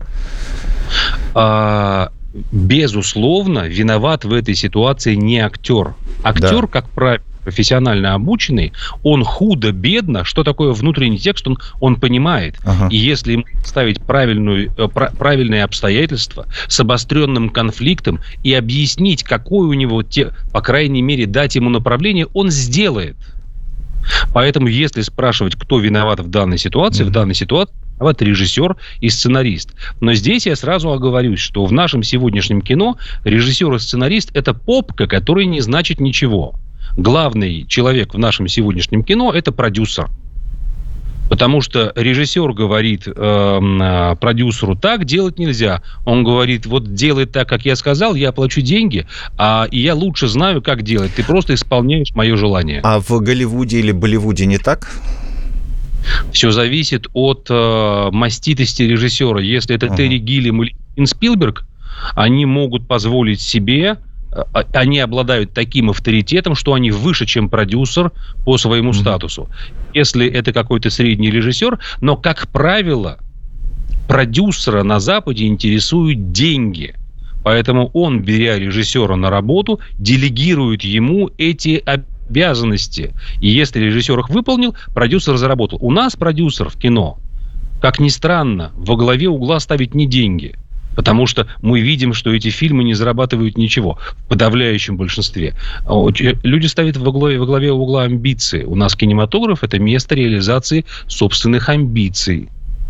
Безусловно, виноват в этой ситуации не актер. Актер, как правило, профессионально обученный, он худо-бедно, что такое внутренний текст, он понимает. Ага. И если ему ставить правильные обстоятельства с обостренным конфликтом и объяснить, какое у него, по крайней мере, дать ему направление, он сделает. Поэтому, если спрашивать, кто виноват в данной ситуации, виноват режиссер и сценарист. Но здесь я сразу оговорюсь, что в нашем сегодняшнем кино режиссер и сценарист – это попка, которая не значит ничего. Главный человек в нашем сегодняшнем кино – это продюсер. Потому что режиссер говорит продюсеру: так делать нельзя. Он говорит: вот делай так, как я сказал, я плачу деньги, и я лучше знаю, как делать. Ты просто исполняешь мое желание. А в Голливуде или Болливуде не так? Все зависит от маститости режиссера. Если это Терри Гиллиам или Спилберг, они могут позволить себе, они обладают таким авторитетом, что они выше, чем продюсер по своему статусу. Если это какой-то средний режиссер, но, как правило, продюсера на Западе интересуют деньги. Поэтому он, беря режиссера на работу, делегирует ему эти обязанности. И если режиссер их выполнил, продюсер заработал. У нас продюсер в кино, как ни странно, во главе угла ставить не деньги. Потому что мы видим, что эти фильмы не зарабатывают ничего в подавляющем большинстве. Люди ставят во главе угла амбиции. У нас кинематограф – это место реализации собственных амбиций.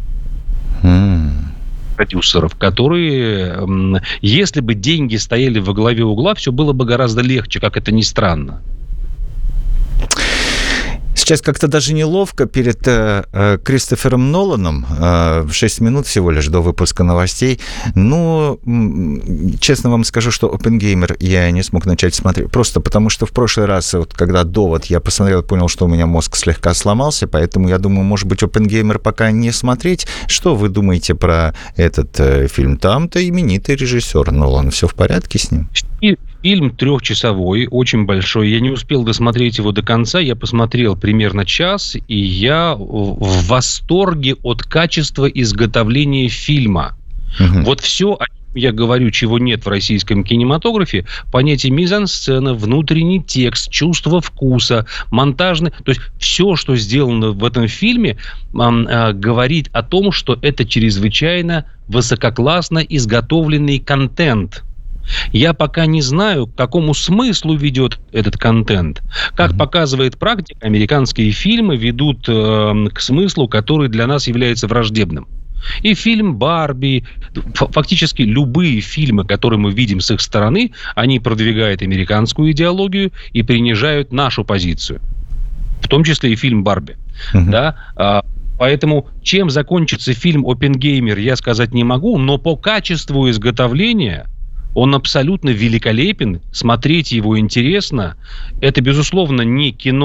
Продюсеров, которые, если бы деньги стояли во главе угла, все было бы гораздо легче, как это ни странно. Сейчас как-то даже неловко перед Кристофером Ноланом, 6 минут всего лишь до выпуска новостей. Ну, честно вам скажу, что «Оппенгеймер» я не смог начать смотреть. Просто потому, что в прошлый раз, вот, когда «Довод» я посмотрел, понял, что у меня мозг слегка сломался, поэтому я думаю, может быть, «Оппенгеймер» пока не смотреть. Что вы думаете про этот фильм? Там-то именитый режиссер Нолан. Все в порядке с ним? Фильм 3-часовой, очень большой. Я не успел досмотреть его до конца. Я посмотрел примерно час, и я в восторге от качества изготовления фильма. Вот все, о чем я говорю, чего нет в российском кинематографе, понятие мизансцена, внутренний текст, чувство вкуса, монтажный... То есть все, что сделано в этом фильме, говорит о том, что это чрезвычайно высококлассно изготовленный контент. Я пока не знаю, к какому смыслу ведет этот контент. Как показывает практика, американские фильмы ведут к смыслу, который для нас является враждебным. И фильм «Барби», фактически любые фильмы, которые мы видим с их стороны, они продвигают американскую идеологию и принижают нашу позицию. В том числе и фильм «Барби». Да? Поэтому чем закончится фильм «Оппенгеймер», я сказать не могу, но по качеству изготовления... Он абсолютно великолепен, смотреть его интересно. Это, безусловно, не кино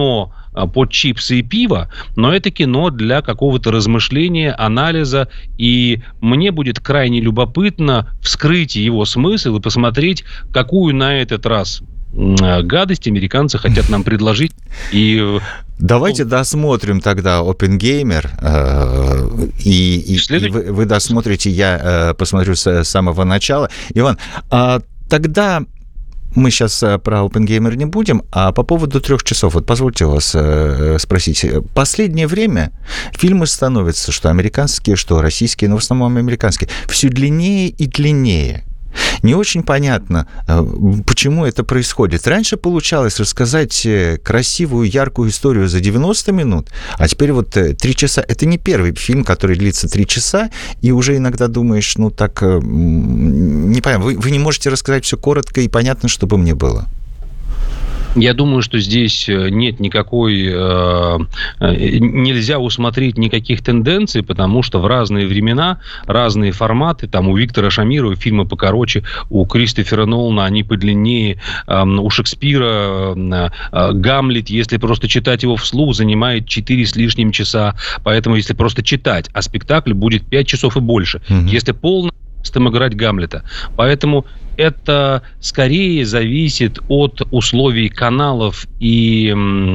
под чипсы и пиво, но это кино для какого-то размышления, анализа, и мне будет крайне любопытно вскрыть его смысл и посмотреть, какую на этот раз гадость американцы хотят нам предложить. И давайте досмотрим тогда «Оппенгеймер», и вы досмотрите, я посмотрю с самого начала. Иван, тогда мы сейчас про «Оппенгеймер» не будем, а по поводу 3 часов. Вот позвольте вас спросить. Последнее время фильмы становятся, что американские, что российские, но в основном американские, все длиннее и длиннее. Не очень понятно, почему это происходит. Раньше получалось рассказать красивую, яркую историю за 90 минут, а теперь вот 3 часа. Это не первый фильм, который длится 3 часа, и уже иногда думаешь, ну так, не понятно, вы не можете рассказать все коротко и понятно, чтобы мне было. Я думаю, что здесь нет никакой... Нельзя усмотреть никаких тенденций, потому что в разные времена, разные форматы, там у Виктора Шамирова фильмы покороче, у Кристофера Нолана они подлиннее, у Шекспира «Гамлет», если просто читать его вслух, занимает 4 с лишним часа. Поэтому если просто читать, а спектакль будет 5 часов и больше. Если полностью играть Гамлета. Поэтому это скорее зависит от условий каналов и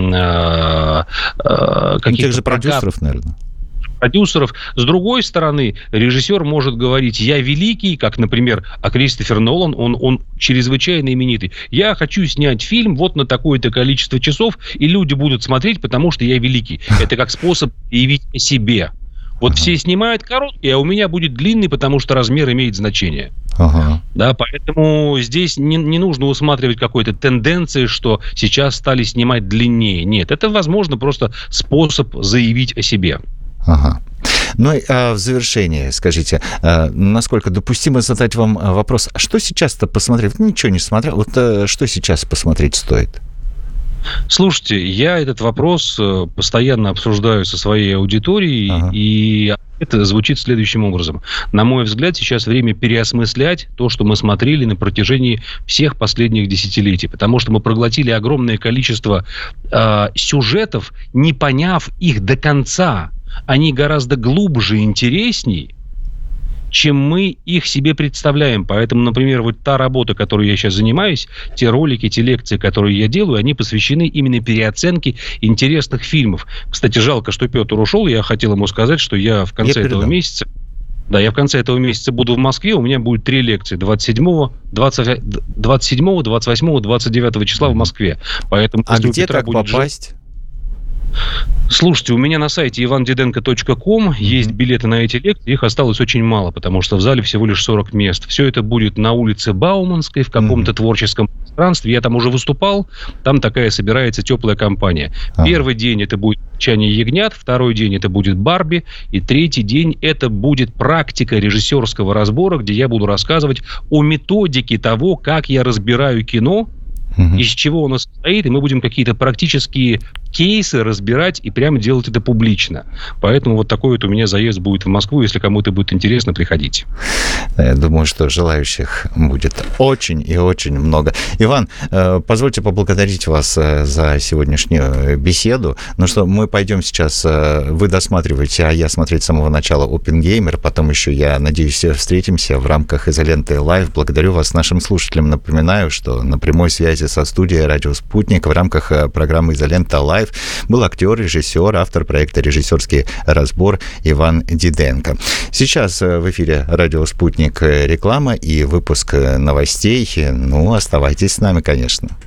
каких-то тех же продюсеров, наверное. Продюсеров. С другой стороны, режиссер может говорить: я великий, как, например, Кристофер Нолан, он чрезвычайно именитый. Я хочу снять фильм вот на такое-то количество часов, и люди будут смотреть, потому что я великий. Это как способ заявить о себе. Вот все снимают короткий, а у меня будет длинный, потому что размер имеет значение. Да, поэтому здесь не нужно усматривать какой-то тенденции, что сейчас стали снимать длиннее. Нет, это, возможно, просто способ заявить о себе. Ну, а в завершение скажите, насколько допустимо задать вам вопрос, а что сейчас-то посмотреть? Ничего не смотрел. Вот что сейчас посмотреть стоит? Слушайте, я этот вопрос постоянно обсуждаю со своей аудиторией, и это звучит следующим образом. На мой взгляд, сейчас время переосмыслять то, что мы смотрели на протяжении всех последних десятилетий, потому что мы проглотили огромное количество сюжетов, не поняв их до конца. Они гораздо глубже и интересней, чем мы их себе представляем. Поэтому, например, вот та работа, которой я сейчас занимаюсь, те ролики, те лекции, которые я делаю, они посвящены именно переоценке интересных фильмов. Кстати, жалко, что Петр ушел. Я хотел ему сказать, что я в конце этого месяца... Да, я в конце этого месяца буду в Москве. У меня будет 3 лекции. 27, 28, 29 числа в Москве. Поэтому, а где так попасть? Слушайте, у меня на сайте ivandidенko.com есть билеты на эти лекции. Их осталось очень мало, потому что в зале всего лишь 40 мест. Все это будет на улице Бауманской, в каком-то творческом пространстве. Я там уже выступал. Там такая собирается теплая компания. Первый день это будет «Молчание ягнят», второй день это будет «Барби», и третий день это будет практика режиссерского разбора, где я буду рассказывать о методике того, как я разбираю кино, из чего оно состоит, и мы будем какие-то практические кейсы разбирать и прямо делать это публично. Поэтому вот такой вот у меня заезд будет в Москву. Если кому-то будет интересно, приходите. Я думаю, что желающих будет очень и очень много. Иван, позвольте поблагодарить вас за сегодняшнюю беседу. Ну что, мы пойдем сейчас, вы досматриваете, а я смотреть с самого начала «Оппенгеймер», потом еще, я надеюсь, встретимся в рамках «Изоленты Лайв». Благодарю вас. Нашим слушателям напоминаю, что на прямой связи со студией «Радио Спутник» в рамках программы «Изолента Лайв» был актер, режиссер, автор проекта «Режиссерский разбор» Иван Диденко. Сейчас в эфире «Радио Спутник» реклама и выпуск новостей. Ну, оставайтесь с нами, конечно.